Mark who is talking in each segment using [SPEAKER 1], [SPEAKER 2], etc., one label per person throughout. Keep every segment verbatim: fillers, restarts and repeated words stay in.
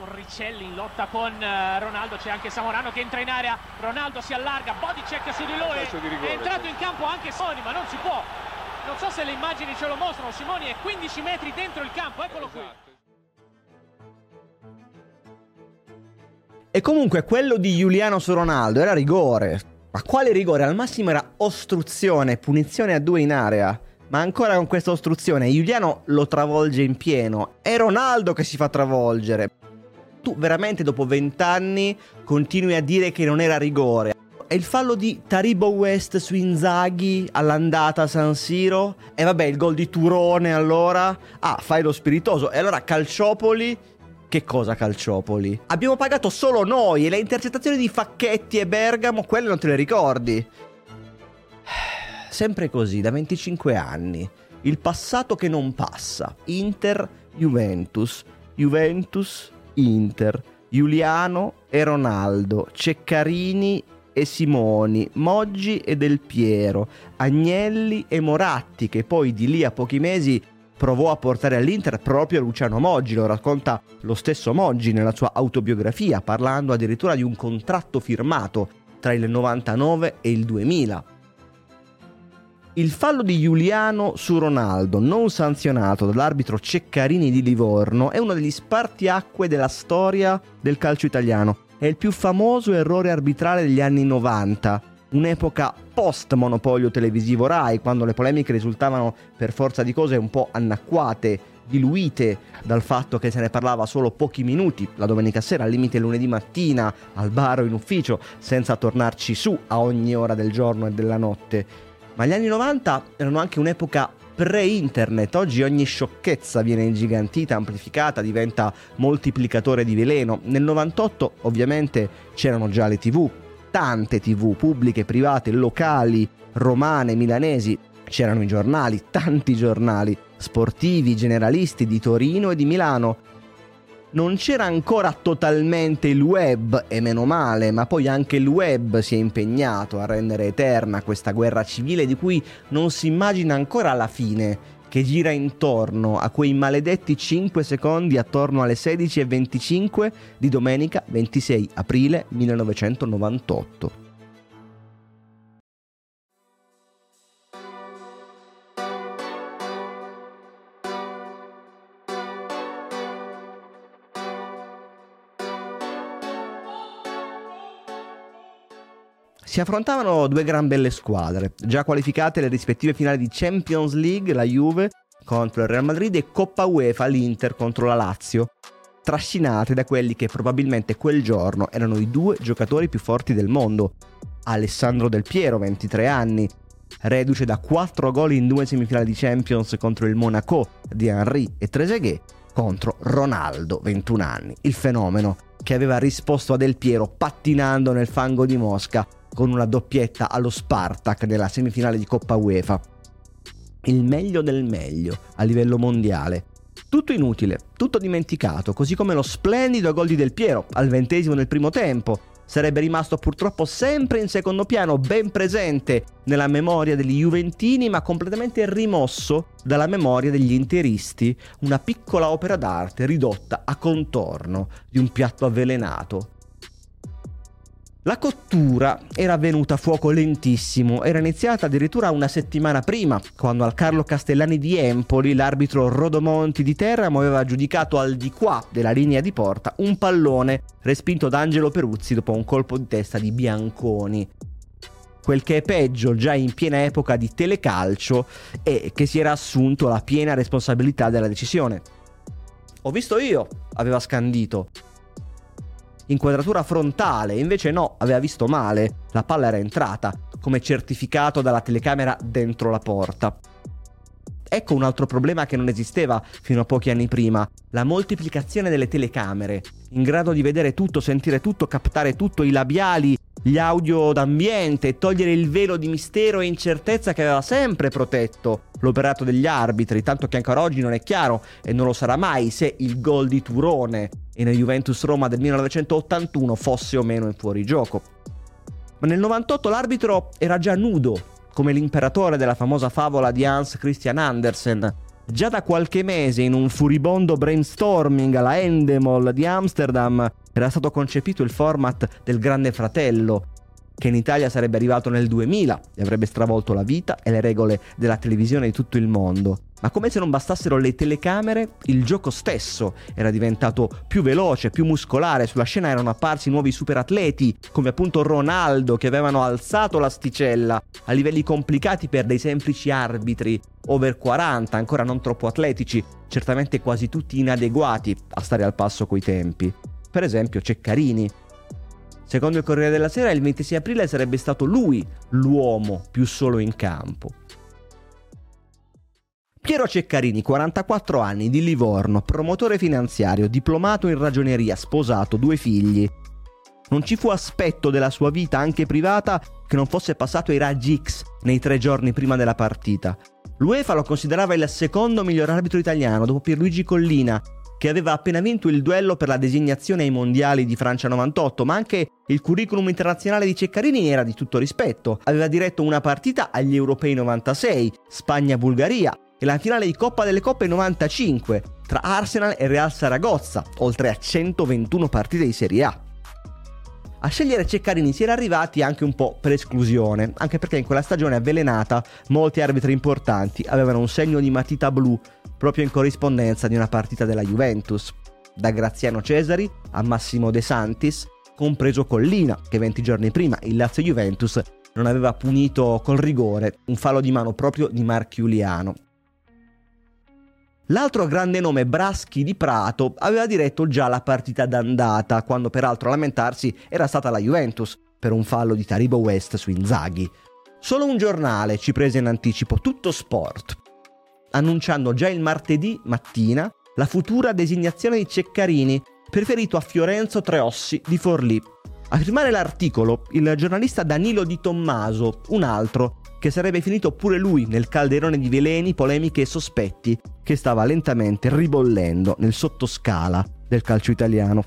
[SPEAKER 1] Torricelli in lotta con uh, Ronaldo, c'è anche Samorano che entra in area, Ronaldo si allarga, body check su di lui,
[SPEAKER 2] di rigore,
[SPEAKER 1] è entrato
[SPEAKER 2] sì.
[SPEAKER 1] in campo anche Simoni, ma non si può, non so se le immagini ce lo mostrano, Simoni è quindici metri dentro il campo, eccolo qui.
[SPEAKER 2] Esatto.
[SPEAKER 3] E comunque quello di Giuliano su Ronaldo era rigore. Ma quale rigore? Al massimo era ostruzione, punizione a due in area. Ma ancora con questa ostruzione Giuliano lo travolge in pieno. È Ronaldo che si fa travolgere. Tu veramente dopo vent'anni continui a dire che non era rigore. E il fallo di Taribo West su Inzaghi all'andata a San Siro? E vabbè, il gol di Turone allora? Ah, fai lo spiritoso. E allora Calciopoli? Che cosa Calciopoli? Abbiamo pagato solo noi e le intercettazioni di Facchetti e Bergamo, quelle non te le ricordi? Sempre così, da venticinque anni. Il passato che non passa. Inter, Juventus. Juventus, Inter. Giuliano e Ronaldo. Ceccarini e Simoni. Moggi e Del Piero. Agnelli e Moratti, che poi di lì a pochi mesi provò a portare all'Inter proprio Luciano Moggi. Lo racconta lo stesso Moggi nella sua autobiografia, parlando addirittura di un contratto firmato tra il novantanove e il duemila. Il fallo di Giuliano su Ronaldo, non sanzionato dall'arbitro Ceccarini di Livorno, è uno degli spartiacque della storia del calcio italiano. È il più famoso errore arbitrale degli anni novanta, un'epoca post monopolio televisivo Rai, quando le polemiche risultavano per forza di cose un po' annacquate, diluite dal fatto che se ne parlava solo pochi minuti la domenica sera, al limite lunedì mattina, al bar o in ufficio, senza tornarci su a ogni ora del giorno e della notte. Ma gli anni novanta erano anche un'epoca pre-internet. Oggi ogni sciocchezza viene ingigantita, amplificata, diventa moltiplicatore di veleno. Nel novantotto ovviamente c'erano già le tivù, tante tivù, pubbliche, private, locali, romane, milanesi. C'erano i giornali, tanti giornali, sportivi, generalisti di Torino e di Milano. Non c'era ancora totalmente il web, e meno male, ma poi anche il web si è impegnato a rendere eterna questa guerra civile di cui non si immagina ancora la fine, che gira intorno a quei maledetti cinque secondi attorno alle sedici e venticinque di domenica ventisei aprile millenovecentonovantotto. Si affrontavano due gran belle squadre, già qualificate alle rispettive finali di Champions League, la Juve contro il Real Madrid e Coppa UEFA, l'Inter contro la Lazio, trascinate da quelli che probabilmente quel giorno erano i due giocatori più forti del mondo. Alessandro Del Piero, ventitré anni, reduce da quattro gol in due semifinali di Champions contro il Monaco di Henry e Trezeguet, contro Ronaldo, ventuno anni, il fenomeno che aveva risposto a Del Piero pattinando nel fango di Mosca con una doppietta allo Spartak nella semifinale di Coppa UEFA. Il meglio del meglio a livello mondiale. Tutto inutile, tutto dimenticato, così come lo splendido gol di Del Piero al ventesimo del primo tempo. Sarebbe rimasto purtroppo sempre in secondo piano, ben presente nella memoria degli juventini, ma completamente rimosso dalla memoria degli interisti, una piccola opera d'arte ridotta a contorno di un piatto avvelenato. La cottura era avvenuta a fuoco lentissimo, era iniziata addirittura una settimana prima, quando al Carlo Castellani di Empoli l'arbitro Rodomonti di Teramo aveva giudicato al di qua della linea di porta un pallone respinto da Angelo Peruzzi dopo un colpo di testa di Bianconi. Quel che è peggio, già in piena epoca di telecalcio, è che si era assunto la piena responsabilità della decisione. Ho visto io, aveva scandito. Inquadratura frontale, invece no, aveva visto male, la palla era entrata, come certificato dalla telecamera dentro la porta. Ecco un altro problema che non esisteva fino a pochi anni prima, la moltiplicazione delle telecamere, in grado di vedere tutto, sentire tutto, captare tutto, i labiali, gli audio d'ambiente, togliere il velo di mistero e incertezza che aveva sempre protetto l'operato degli arbitri, tanto che ancora oggi non è chiaro, e non lo sarà mai, se il gol di Turone e nel Juventus Roma del millenovecentottantuno fosse o meno in fuorigioco. Ma nel novantotto l'arbitro era già nudo, come l'imperatore della famosa favola di Hans Christian Andersen, Già da qualche mese, in un furibondo brainstorming alla Endemol di Amsterdam, era stato concepito il format del Grande Fratello, che in Italia sarebbe arrivato nel duemila e avrebbe stravolto la vita e le regole della televisione di tutto il mondo. Ma come se non bastassero le telecamere, il gioco stesso era diventato più veloce, più muscolare. Sulla scena erano apparsi nuovi superatleti, come appunto Ronaldo, che avevano alzato l'asticella a livelli complicati per dei semplici arbitri over quaranta, ancora non troppo atletici, certamente quasi tutti inadeguati a stare al passo coi tempi. Per esempio Ceccarini. Secondo il Corriere della Sera, il ventisei aprile sarebbe stato lui l'uomo più solo in campo. Piero Ceccarini, quarantaquattro anni, di Livorno, promotore finanziario, diplomato in ragioneria, sposato, due figli. Non ci fu aspetto della sua vita, anche privata, che non fosse passato ai raggi X nei tre giorni prima della partita. L'UEFA lo considerava il secondo miglior arbitro italiano, dopo Pierluigi Collina, che aveva appena vinto il duello per la designazione ai mondiali di Francia novantotto, ma anche il curriculum internazionale di Ceccarini era di tutto rispetto. Aveva diretto una partita agli Europei novantasei, Spagna-Bulgaria, e la finale di Coppa delle Coppe novantacinque, tra Arsenal e Real Saragozza, oltre a centoventuno partite di Serie A. A scegliere Ceccarini si era arrivati anche un po' per esclusione, anche perché in quella stagione avvelenata molti arbitri importanti avevano un segno di matita blu proprio in corrispondenza di una partita della Juventus, da Graziano Cesari a Massimo De Santis, compreso Collina, che venti giorni prima il Lazio Juventus non aveva punito col rigore un fallo di mano proprio di Marchiuliano. L'altro grande nome, Braschi di Prato, aveva diretto già la partita d'andata, quando peraltro a lamentarsi era stata la Juventus per un fallo di Taribo West su Inzaghi. Solo un giornale ci prese in anticipo, Tutto Sport, annunciando già il martedì mattina la futura designazione di Ceccarini, preferito a Fiorenzo Treossi di Forlì. A firmare l'articolo il giornalista Danilo Di Tommaso, un altro che sarebbe finito pure lui nel calderone di veleni, polemiche e sospetti che stava lentamente ribollendo nel sottoscala del calcio italiano.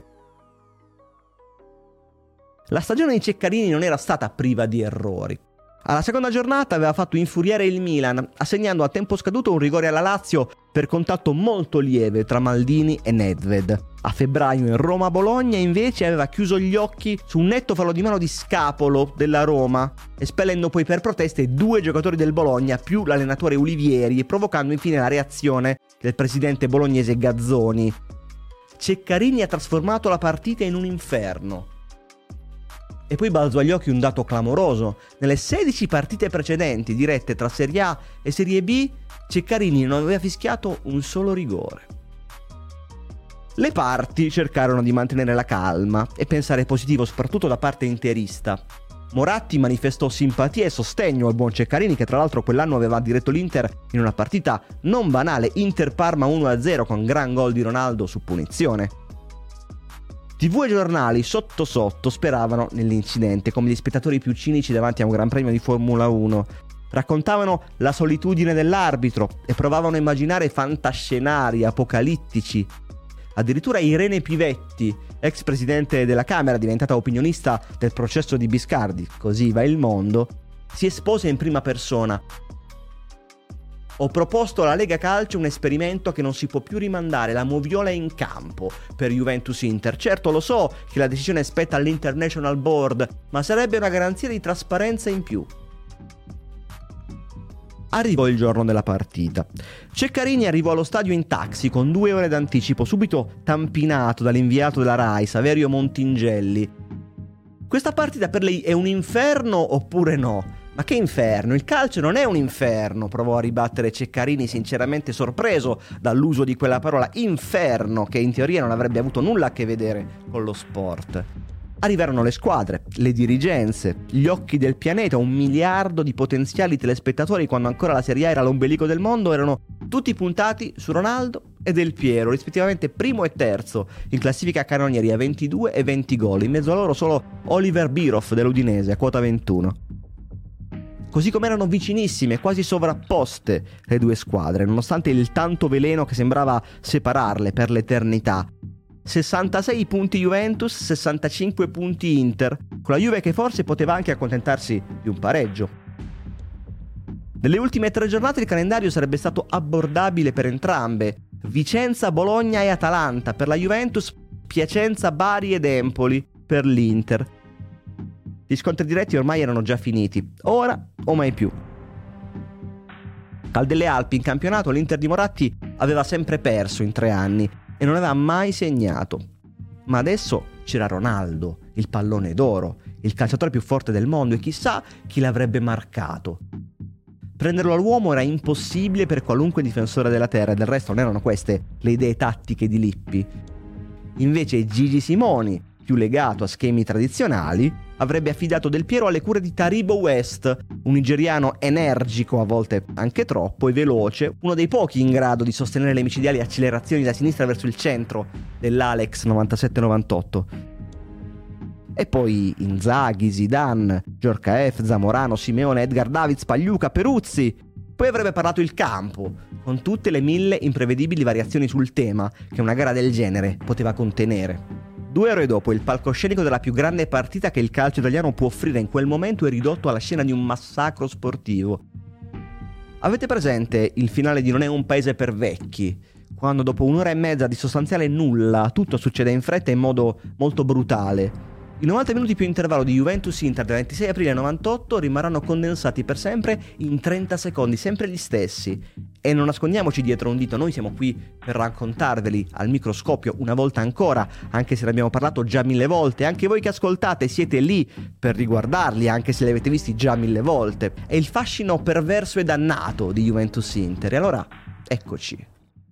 [SPEAKER 3] La stagione di Ceccarini non era stata priva di errori. Alla seconda giornata aveva fatto infuriare il Milan, assegnando a tempo scaduto un rigore alla Lazio per contatto molto lieve tra Maldini e Nedved. A febbraio in Roma-Bologna invece aveva chiuso gli occhi su un netto fallo di mano di Scapolo della Roma, espellendo poi per proteste due giocatori del Bologna più l'allenatore Ulivieri e provocando infine la reazione del presidente bolognese Gazzoni. Ceccarini ha trasformato la partita in un inferno. E poi balzò agli occhi un dato clamoroso. Nelle sedici partite precedenti dirette tra Serie A e Serie B, Ceccarini non aveva fischiato un solo rigore. Le parti cercarono di mantenere la calma e pensare positivo, soprattutto da parte interista. Moratti manifestò simpatia e sostegno al buon Ceccarini, che tra l'altro quell'anno aveva diretto l'Inter in una partita non banale, Inter-Parma uno a zero con gran gol di Ronaldo su punizione. tivù e giornali sotto sotto speravano nell'incidente, come gli spettatori più cinici davanti a un Gran Premio di Formula uno. Raccontavano la solitudine dell'arbitro e provavano a immaginare fantascenari apocalittici. Addirittura Irene Pivetti, ex presidente della Camera, diventata opinionista del processo di Biscardi, così va il mondo, si espose in prima persona. Ho proposto alla Lega Calcio un esperimento che non si può più rimandare, la moviola in campo per Juventus Inter. Certo, lo so che la decisione spetta all'International Board, ma sarebbe una garanzia di trasparenza in più. Arrivò il giorno della partita. Ceccarini arrivò allo stadio in taxi con due ore d'anticipo, subito tampinato dall'inviato della Rai, Saverio Montingelli. Questa partita per lei è un inferno oppure no? Ma che inferno? Il calcio non è un inferno, provò a ribattere Ceccarini, sinceramente sorpreso dall'uso di quella parola inferno, che in teoria non avrebbe avuto nulla a che vedere con lo sport. Arrivarono le squadre, le dirigenze, gli occhi del pianeta, un miliardo di potenziali telespettatori quando ancora la Serie A era l'ombelico del mondo, erano tutti puntati su Ronaldo e Del Piero, rispettivamente primo e terzo in classifica canonieri a ventidue e venti gol, in mezzo a loro solo Oliver Bierhoff dell'Udinese a quota ventuno. Così come erano vicinissime, quasi sovrapposte le due squadre, nonostante il tanto veleno che sembrava separarle per l'eternità. sessantasei punti Juventus, sessantacinque punti Inter, con la Juve che forse poteva anche accontentarsi di un pareggio. Nelle ultime tre giornate il calendario sarebbe stato abbordabile per entrambe. Vicenza, Bologna e Atalanta per la Juventus, Piacenza, Bari ed Empoli per l'Inter. Gli scontri diretti ormai erano già finiti, ora o mai più. Al delle Alpi in campionato l'Inter di Moratti aveva sempre perso in tre anni e non aveva mai segnato. Ma adesso c'era Ronaldo, il pallone d'oro, il calciatore più forte del mondo, e chissà chi l'avrebbe marcato. Prenderlo all'uomo era impossibile per qualunque difensore della terra, e del resto non erano queste le idee tattiche di Lippi. Invece Gigi Simoni, più legato a schemi tradizionali, avrebbe affidato Del Piero alle cure di Taribo West, un nigeriano energico, a volte anche troppo, e veloce, uno dei pochi in grado di sostenere le micidiali accelerazioni da sinistra verso il centro dell'Alex novantasette novantotto. E poi Inzaghi, Zidane, Djorkaeff, Zamorano, Simeone, Edgar Davids, Pagliuca, Peruzzi. Poi avrebbe parlato il campo, con tutte le mille imprevedibili variazioni sul tema che una gara del genere poteva contenere. Due ore dopo, il palcoscenico della più grande partita che il calcio italiano può offrire in quel momento è ridotto alla scena di un massacro sportivo. Avete presente il finale di Non è un paese per vecchi? Quando dopo un'ora e mezza di sostanziale nulla tutto succede in fretta e in modo molto brutale. I novanta minuti più intervallo di Juventus-Inter del ventisei aprile novantotto rimarranno condensati per sempre in trenta secondi, sempre gli stessi. E non nascondiamoci dietro un dito, noi siamo qui per raccontarveli al microscopio una volta ancora, anche se ne abbiamo parlato già mille volte. Anche voi che ascoltate siete lì per riguardarli, anche se li avete visti già mille volte. È il fascino perverso e dannato di Juventus-Inter. E allora, eccoci.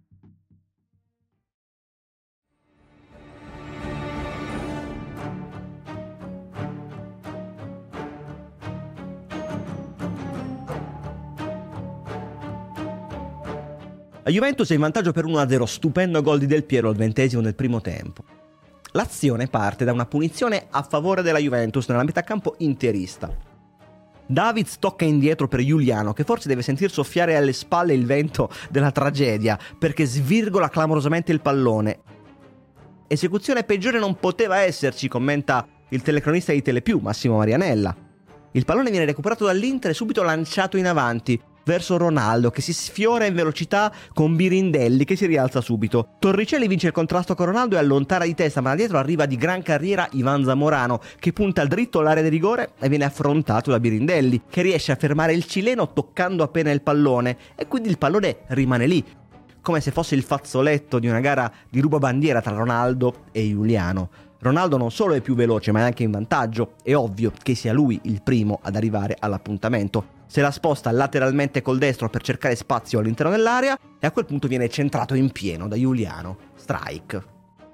[SPEAKER 3] La Juventus è in vantaggio per uno a zero, stupendo gol di Del Piero al ventesimo del primo tempo. L'azione parte da una punizione a favore della Juventus nella metà campo interista. Davids tocca indietro per Giuliano, che forse deve sentir soffiare alle spalle il vento della tragedia, perché svirgola clamorosamente il pallone. Esecuzione peggiore non poteva esserci, commenta il telecronista di Telepiù, Massimo Marianella. Il pallone viene recuperato dall'Inter e subito lanciato in avanti, verso Ronaldo, che si sfiora in velocità con Birindelli, che si rialza subito. Torricelli vince il contrasto con Ronaldo e allontana di testa, ma da dietro arriva di gran carriera Ivan Zamorano, che punta dritto all'area di rigore e viene affrontato da Birindelli, che riesce a fermare il cileno toccando appena il pallone, e quindi il pallone rimane lì, come se fosse il fazzoletto di una gara di rubabandiera tra Ronaldo e Giuliano. Ronaldo non solo è più veloce, ma è anche in vantaggio. È ovvio che sia lui il primo ad arrivare all'appuntamento. Se la sposta lateralmente col destro per cercare spazio all'interno dell'area e a quel punto viene centrato in pieno da Giuliano. Strike.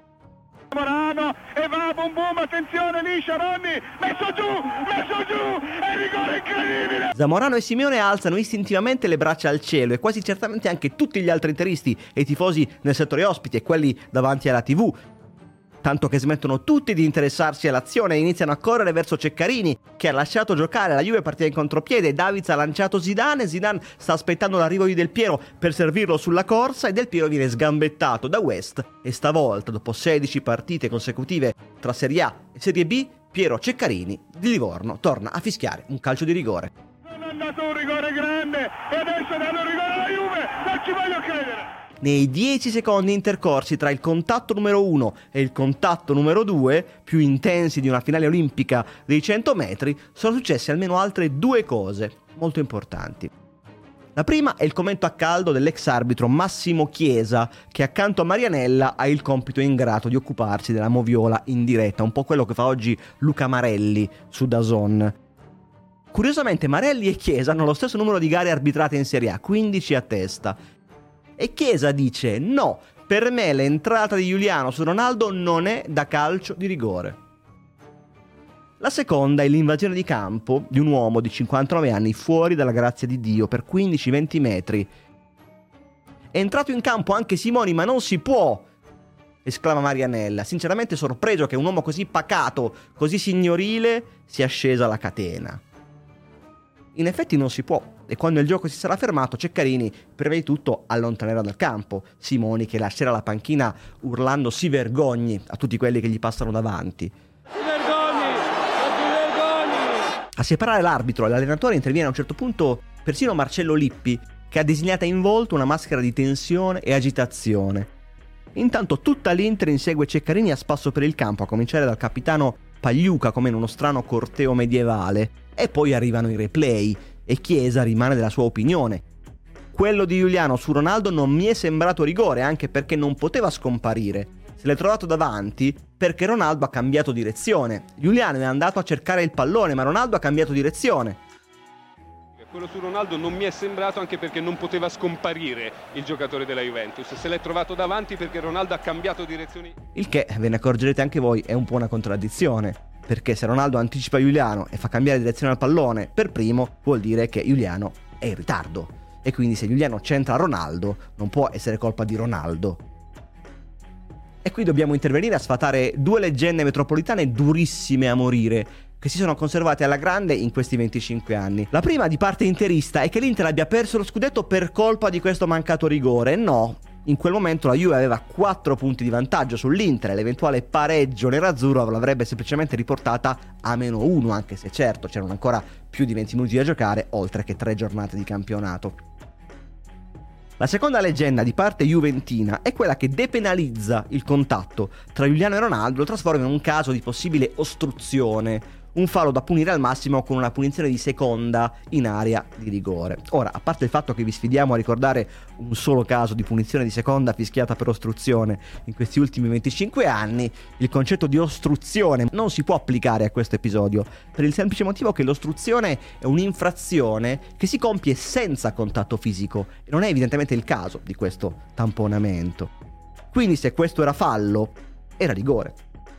[SPEAKER 2] Morano e va boom boom, attenzione lì Sciaronni, messo giù, messo giù, è rigore incredibile.
[SPEAKER 3] Zamorano e Simeone alzano istintivamente le braccia al cielo, e quasi certamente anche tutti gli altri interisti e i tifosi nel settore ospiti e quelli davanti alla tivù. Tanto che smettono tutti di interessarsi all'azione e iniziano a correre verso Ceccarini, che ha lasciato giocare, la Juve partita in contropiede. Davids ha lanciato Zidane, Zidane sta aspettando l'arrivo di Del Piero per servirlo sulla corsa, e Del Piero viene sgambettato da West, e stavolta, dopo sedici partite consecutive tra Serie A e Serie B, Piero Ceccarini di Livorno torna a fischiare un calcio di rigore.
[SPEAKER 2] Non è andato un rigore grande e adesso danno rigore alla Juve, non ci voglio credere.
[SPEAKER 3] Nei dieci secondi intercorsi tra il contatto numero uno e il contatto numero due, più intensi di una finale olimpica dei cento metri, sono successe almeno altre due cose molto importanti. La prima è il commento a caldo dell'ex arbitro Massimo Chiesa, che accanto a Marianella ha il compito ingrato di occuparsi della moviola in diretta, un po' quello che fa oggi Luca Marelli su DAZN. Curiosamente Marelli e Chiesa hanno lo stesso numero di gare arbitrate in Serie A, quindici a testa. E Chiesa dice: no, per me l'entrata di Giuliano su Ronaldo non è da calcio di rigore. La seconda è l'invasione di campo di un uomo di cinquantanove anni fuori dalla grazia di Dio per quindici venti metri. È entrato in campo anche Simoni, ma non si può, esclama Marianella, sinceramente sorpreso che un uomo così pacato, così signorile, sia scesa la catena. In effetti non si può, e quando il gioco si sarà fermato Ceccarini prima di tutto allontanerà dal campo Simoni, che lascerà la panchina urlando si vergogni a tutti quelli che gli passano davanti.
[SPEAKER 1] Si vergogni, si vergogni.
[SPEAKER 3] A separare l'arbitro e l'allenatore interviene a un certo punto persino Marcello Lippi, che ha disegnato in volto una maschera di tensione e agitazione. Intanto tutta l'Inter insegue Ceccarini a spasso per il campo, a cominciare dal capitano Pagliuca come in uno strano corteo medievale, e poi arrivano i replay e Chiesa rimane della sua opinione. Quello di Giuliano su Ronaldo non mi è sembrato rigore, anche perché non poteva scomparire. Se l'è trovato davanti perché Ronaldo ha cambiato direzione. Giuliano è andato a cercare il pallone, ma Ronaldo ha cambiato direzione.
[SPEAKER 4] Quello su Ronaldo non mi è sembrato, anche perché non poteva scomparire il giocatore della Juventus. Se l'è trovato davanti perché Ronaldo ha cambiato direzioni. Il
[SPEAKER 3] che, ve ne accorgerete anche voi, è un po' una contraddizione. Perché se Ronaldo anticipa Giuliano e fa cambiare direzione al pallone per primo, vuol dire che Giuliano è in ritardo. E quindi se Giuliano centra Ronaldo, non può essere colpa di Ronaldo. E qui dobbiamo intervenire a sfatare due leggende metropolitane durissime a morire, che si sono conservate alla grande in questi venticinque anni. La prima, di parte interista, è che l'Inter abbia perso lo scudetto per colpa di questo mancato rigore. No, in quel momento la Juve aveva quattro punti di vantaggio sull'Inter e l'eventuale pareggio nerazzurro l'avrebbe semplicemente riportata a meno uno, anche se certo c'erano ancora più di venti minuti da giocare, oltre che tre giornate di campionato. La seconda leggenda, di parte juventina, è quella che depenalizza il contatto tra Giuliano e Ronaldo e lo trasforma in un caso di possibile ostruzione, un fallo da punire al massimo con una punizione di seconda in area di rigore. Ora, a parte il fatto che vi sfidiamo a ricordare un solo caso di punizione di seconda fischiata per ostruzione in questi ultimi venticinque anni, il concetto di ostruzione non si può applicare a questo episodio, per il semplice motivo che l'ostruzione è un'infrazione che si compie senza contatto fisico e non è evidentemente il caso di questo tamponamento. Quindi se questo era fallo, era rigore.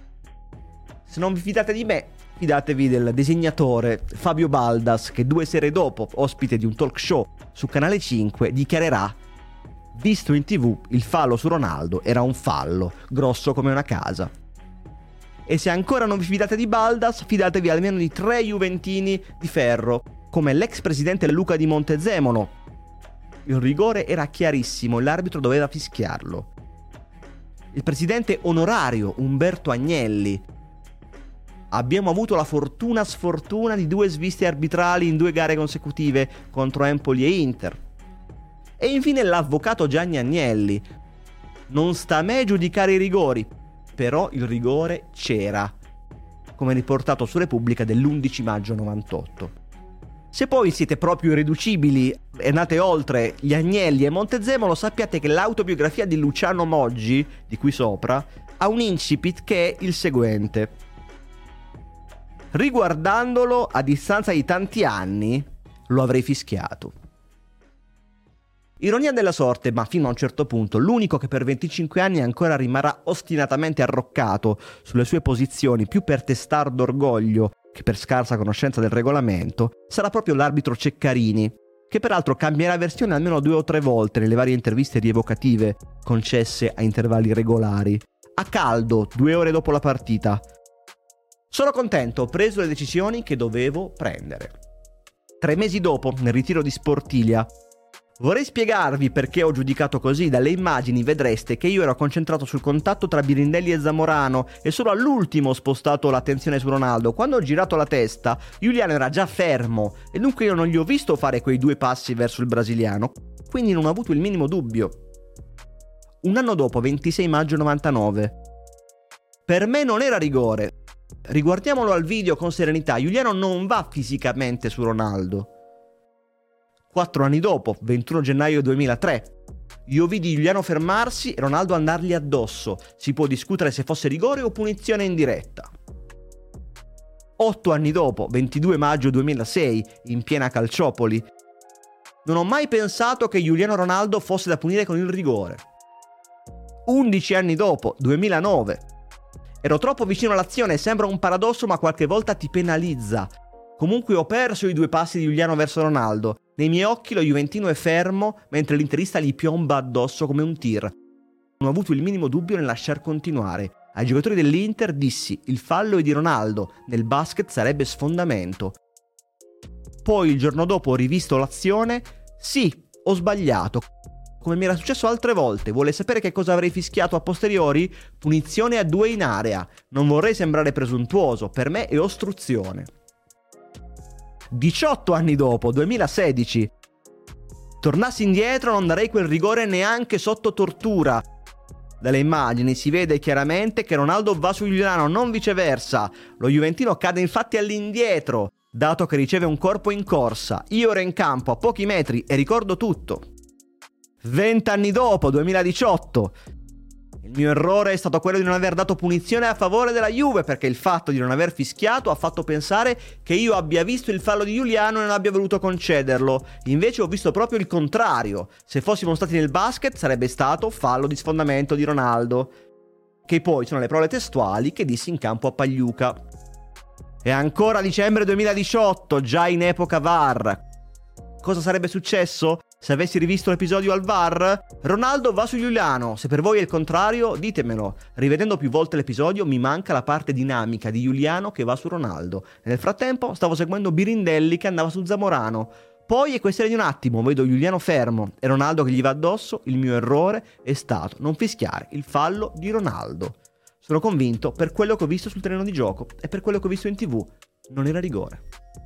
[SPEAKER 3] Se non vi fidate di me, fidatevi del disegnatore Fabio Baldas, che due sere dopo, ospite di un talk show su Canale cinque, dichiarerà: visto in tv, il fallo su Ronaldo era un fallo, grosso come una casa. E se ancora non vi fidate di Baldas, fidatevi almeno di tre juventini di ferro, come l'ex presidente Luca Di Montezemolo. Il rigore era chiarissimo e l'arbitro doveva fischiarlo. Il presidente onorario Umberto Agnelli. Abbiamo avuto la fortuna sfortuna di due sviste arbitrali in due gare consecutive contro Empoli e Inter. E infine l'avvocato Gianni Agnelli. Non sta a me giudicare i rigori, però il rigore c'era, come riportato su Repubblica dell'undici maggio novantotto. Se poi siete proprio irriducibili e andate oltre gli Agnelli e Montezemolo, sappiate che l'autobiografia di Luciano Moggi, di qui sopra, ha un incipit che è il seguente: riguardandolo a distanza di tanti anni, lo avrei fischiato. Ironia della sorte, ma fino a un certo punto l'unico che per venticinque anni ancora rimarrà ostinatamente arroccato sulle sue posizioni, più per testar d'orgoglio che per scarsa conoscenza del regolamento, sarà proprio l'arbitro Ceccarini, che peraltro cambierà versione almeno due o tre volte nelle varie interviste rievocative concesse a intervalli regolari. A caldo, due ore dopo la partita: sono contento, ho preso le decisioni che dovevo prendere. Tre mesi dopo, nel ritiro di Sportilia: vorrei spiegarvi perché ho giudicato così. Dalle immagini vedreste che io ero concentrato sul contatto tra Birindelli e Zamorano e solo all'ultimo ho spostato l'attenzione su Ronaldo. Quando ho girato la testa, Giuliano era già fermo e dunque io non gli ho visto fare quei due passi verso il brasiliano, quindi non ho avuto il minimo dubbio. Un anno dopo, ventisei maggio novantanove: per me non era rigore. Riguardiamolo al video con serenità, Giuliano non va fisicamente su Ronaldo. Quattro anni dopo, ventuno gennaio duemilatré, io vidi Giuliano fermarsi e Ronaldo andargli addosso. Si può discutere se fosse rigore o punizione in diretta. Otto anni dopo, ventidue maggio duemilasei, in piena Calciopoli, non ho mai pensato che Giuliano Ronaldo fosse da punire con il rigore. Undici anni dopo, duemilanove, ero troppo vicino all'azione, sembra un paradosso ma qualche volta ti penalizza. Comunque ho perso i due passi di Giuliano verso Ronaldo. Nei miei occhi lo juventino è fermo mentre l'interista gli piomba addosso come un tir. Non ho avuto il minimo dubbio nel lasciar continuare. Ai giocatori dell'Inter dissi: il fallo è di Ronaldo, nel basket sarebbe sfondamento. Poi il giorno dopo ho rivisto l'azione. Sì, ho sbagliato. Come mi era successo altre volte. Vuole sapere che cosa avrei fischiato a posteriori? Punizione a due in area. Non vorrei sembrare presuntuoso, per me è ostruzione. diciotto anni dopo, duemilasedici, Tornassi indietro non darei quel rigore neanche sotto tortura. Dalle immagini si vede chiaramente che Ronaldo va su Giuliano, non viceversa. Lo juventino cade infatti all'indietro, dato che riceve un corpo in corsa. Io ero in campo a pochi metri e ricordo tutto. Vent'anni dopo, duemiladiciotto, il mio errore è stato quello di non aver dato punizione a favore della Juve, perché il fatto di non aver fischiato ha fatto pensare che io abbia visto il fallo di Giuliano e non abbia voluto concederlo. Invece ho visto proprio il contrario. Se fossimo stati nel basket sarebbe stato fallo di sfondamento di Ronaldo, che poi sono le parole testuali che dissi in campo a Pagliuca. E ancora dicembre duemiladiciotto, già in epoca V A R. Cosa sarebbe successo se avessi rivisto l'episodio al V A R? Ronaldo va su Giuliano. Se per voi è il contrario, ditemelo. Rivedendo più volte l'episodio mi manca la parte dinamica di Giuliano che va su Ronaldo. Nel frattempo stavo seguendo Birindelli che andava su Zamorano. Poi è questione di un attimo, vedo Giuliano fermo e Ronaldo che gli va addosso. Il mio errore è stato non fischiare il fallo di Ronaldo. Sono convinto, per quello che ho visto sul terreno di gioco e per quello che ho visto in tv, non era rigore.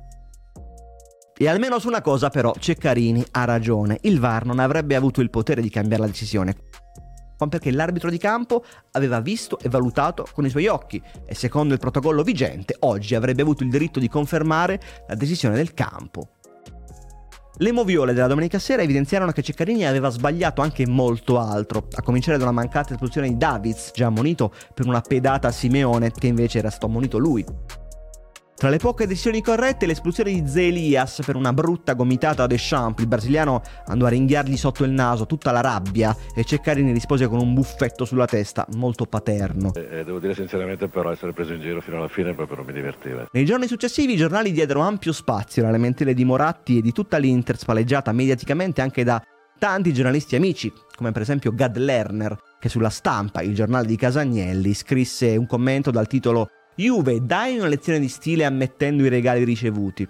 [SPEAKER 3] E almeno su una cosa però Ceccarini ha ragione, il V A R non avrebbe avuto il potere di cambiare la decisione, perché l'arbitro di campo aveva visto e valutato con i suoi occhi e secondo il protocollo vigente oggi avrebbe avuto il diritto di confermare la decisione del campo. Le moviole della domenica sera evidenziarono che Ceccarini aveva sbagliato anche molto altro, a cominciare da una mancata espulsione di Davids, già ammonito per una pedata a Simeone, che invece era stato ammonito lui. Tra le poche decisioni corrette, l'espulsione di Zé Elias per una brutta gomitata a Deschamps. Il brasiliano andò a ringhiargli sotto il naso tutta la rabbia e Ceccarini rispose con un buffetto sulla testa, molto paterno.
[SPEAKER 5] Eh, devo dire sinceramente però essere preso in giro fino alla fine proprio non mi divertiva.
[SPEAKER 3] Nei giorni successivi i giornali diedero ampio spazio alle lamentele di Moratti e di tutta l'Inter spalleggiata mediaticamente anche da tanti giornalisti amici, come per esempio Gad Lerner, che sulla Stampa, il giornale di Casagnelli, scrisse un commento dal titolo Juve, dai una lezione di stile ammettendo i regali ricevuti.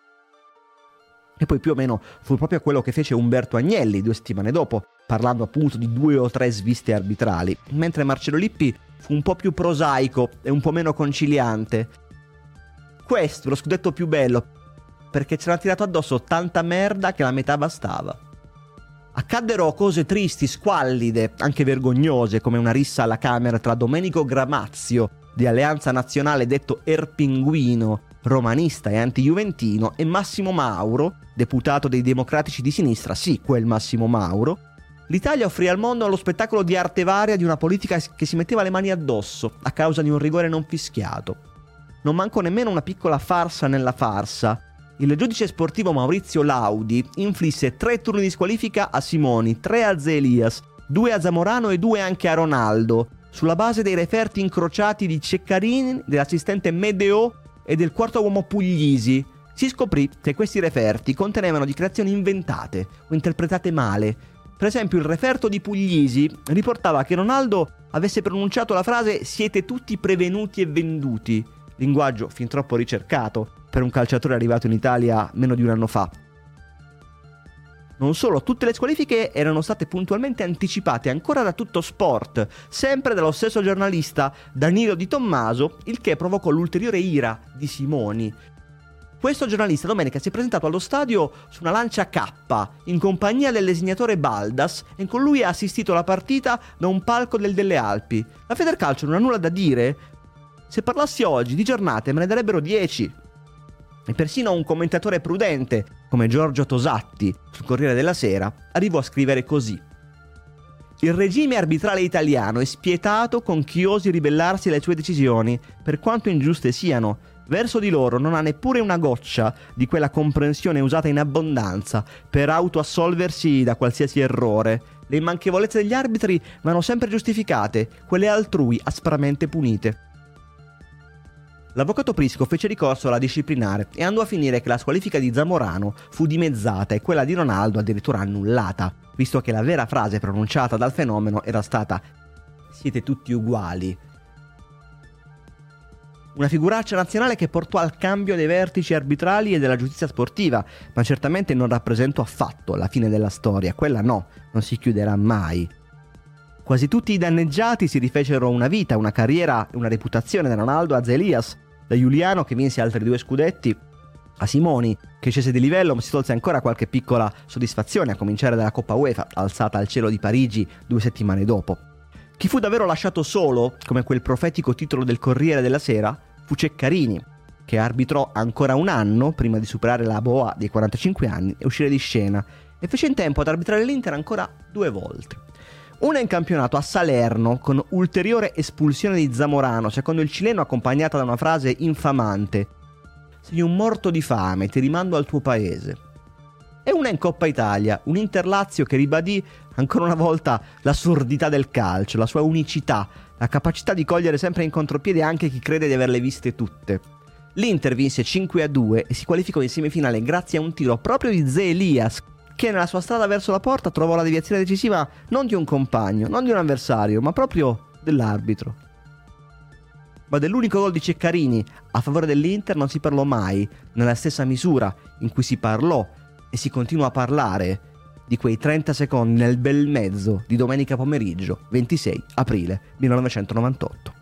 [SPEAKER 3] E poi più o meno fu proprio quello che fece Umberto Agnelli due settimane dopo, parlando appunto di due o tre sviste arbitrali, mentre Marcello Lippi fu un po' più prosaico e un po' meno conciliante. Questo è lo scudetto più bello, perché c'era tirato addosso tanta merda che la metà bastava. Accaddero cose tristi, squallide, anche vergognose, come una rissa alla Camera tra Domenico Gramazio, di Alleanza Nazionale detto Erpinguino, romanista e anti-juventino, e Massimo Mauro, deputato dei Democratici di Sinistra, sì, quel Massimo Mauro. L'Italia offrì al mondo lo spettacolo di arte varia di una politica che si metteva le mani addosso a causa di un rigore non fischiato. Non mancò nemmeno una piccola farsa nella farsa. Il giudice sportivo Maurizio Laudi inflisse tre turni di squalifica a Simoni, tre a Zé Elias, due a Zamorano e due anche a Ronaldo, sulla base dei referti incrociati di Ceccarini, dell'assistente Medeo e del quarto uomo Puglisi. Si scoprì che questi referti contenevano dichiarazioni inventate o interpretate male. Per esempio il referto di Puglisi riportava che Ronaldo avesse pronunciato la frase "siete tutti prevenuti e venduti", linguaggio fin troppo ricercato per un calciatore arrivato in Italia meno di un anno fa. Non solo, tutte le squalifiche erano state puntualmente anticipate ancora da Tutto Sport, sempre dallo stesso giornalista Danilo Di Tommaso, il che provocò l'ulteriore ira di Simoni. Questo giornalista domenica si è presentato allo stadio su una Lancia K, in compagnia del disegnatore Baldas, e con lui ha assistito alla partita da un palco del Delle Alpi. La Federcalcio non ha nulla da dire? Se parlassi oggi di giornate me ne darebbero dieci. E persino un commentatore prudente, come Giorgio Tosatti, sul Corriere della Sera, arrivò a scrivere così: il regime arbitrale italiano è spietato con chi osi ribellarsi alle sue decisioni, per quanto ingiuste siano. Verso di loro non ha neppure una goccia di quella comprensione usata in abbondanza per autoassolversi da qualsiasi errore. Le immanchevolezze degli arbitri vanno sempre giustificate, quelle altrui aspramente punite. L'avvocato Prisco fece ricorso alla disciplinare e andò a finire che la squalifica di Zamorano fu dimezzata e quella di Ronaldo addirittura annullata, visto che la vera frase pronunciata dal fenomeno era stata "siete tutti uguali". Una figuraccia nazionale che portò al cambio dei vertici arbitrali e della giustizia sportiva, ma certamente non rappresentò affatto la fine della storia, quella no, non si chiuderà mai. Quasi tutti i danneggiati si rifecero una vita, una carriera e una reputazione da Ronaldo a Zé Elias, da Giuliano che vinse altri due scudetti, A Simoni, che scese di livello, ma si tolse ancora qualche piccola soddisfazione, a cominciare dalla Coppa UEFA, alzata al cielo di Parigi due settimane dopo. Chi fu davvero lasciato solo, come quel profetico titolo del Corriere della Sera, fu Ceccarini, che arbitrò ancora un anno prima di superare la boa dei quarantacinque anni e uscire di scena, e fece in tempo ad arbitrare l'Inter ancora due volte. Una in campionato a Salerno, con ulteriore espulsione di Zamorano, secondo il cileno accompagnata da una frase infamante: «Sei un morto di fame, ti rimando al tuo paese». E una in Coppa Italia, un Inter-Lazio che ribadì ancora una volta l'assurdità del calcio, la sua unicità, la capacità di cogliere sempre in contropiede anche chi crede di averle viste tutte. L'Inter vinse cinque a due e si qualificò in semifinale grazie a un tiro proprio di Zé Elias, che nella sua strada verso la porta trovò la deviazione decisiva non di un compagno, non di un avversario, ma proprio dell'arbitro. Ma dell'unico gol di Ceccarini a favore dell'Inter non si parlò mai, nella stessa misura in cui si parlò e si continua a parlare di quei trenta secondi nel bel mezzo di domenica pomeriggio ventisei aprile millenovecentonovantotto.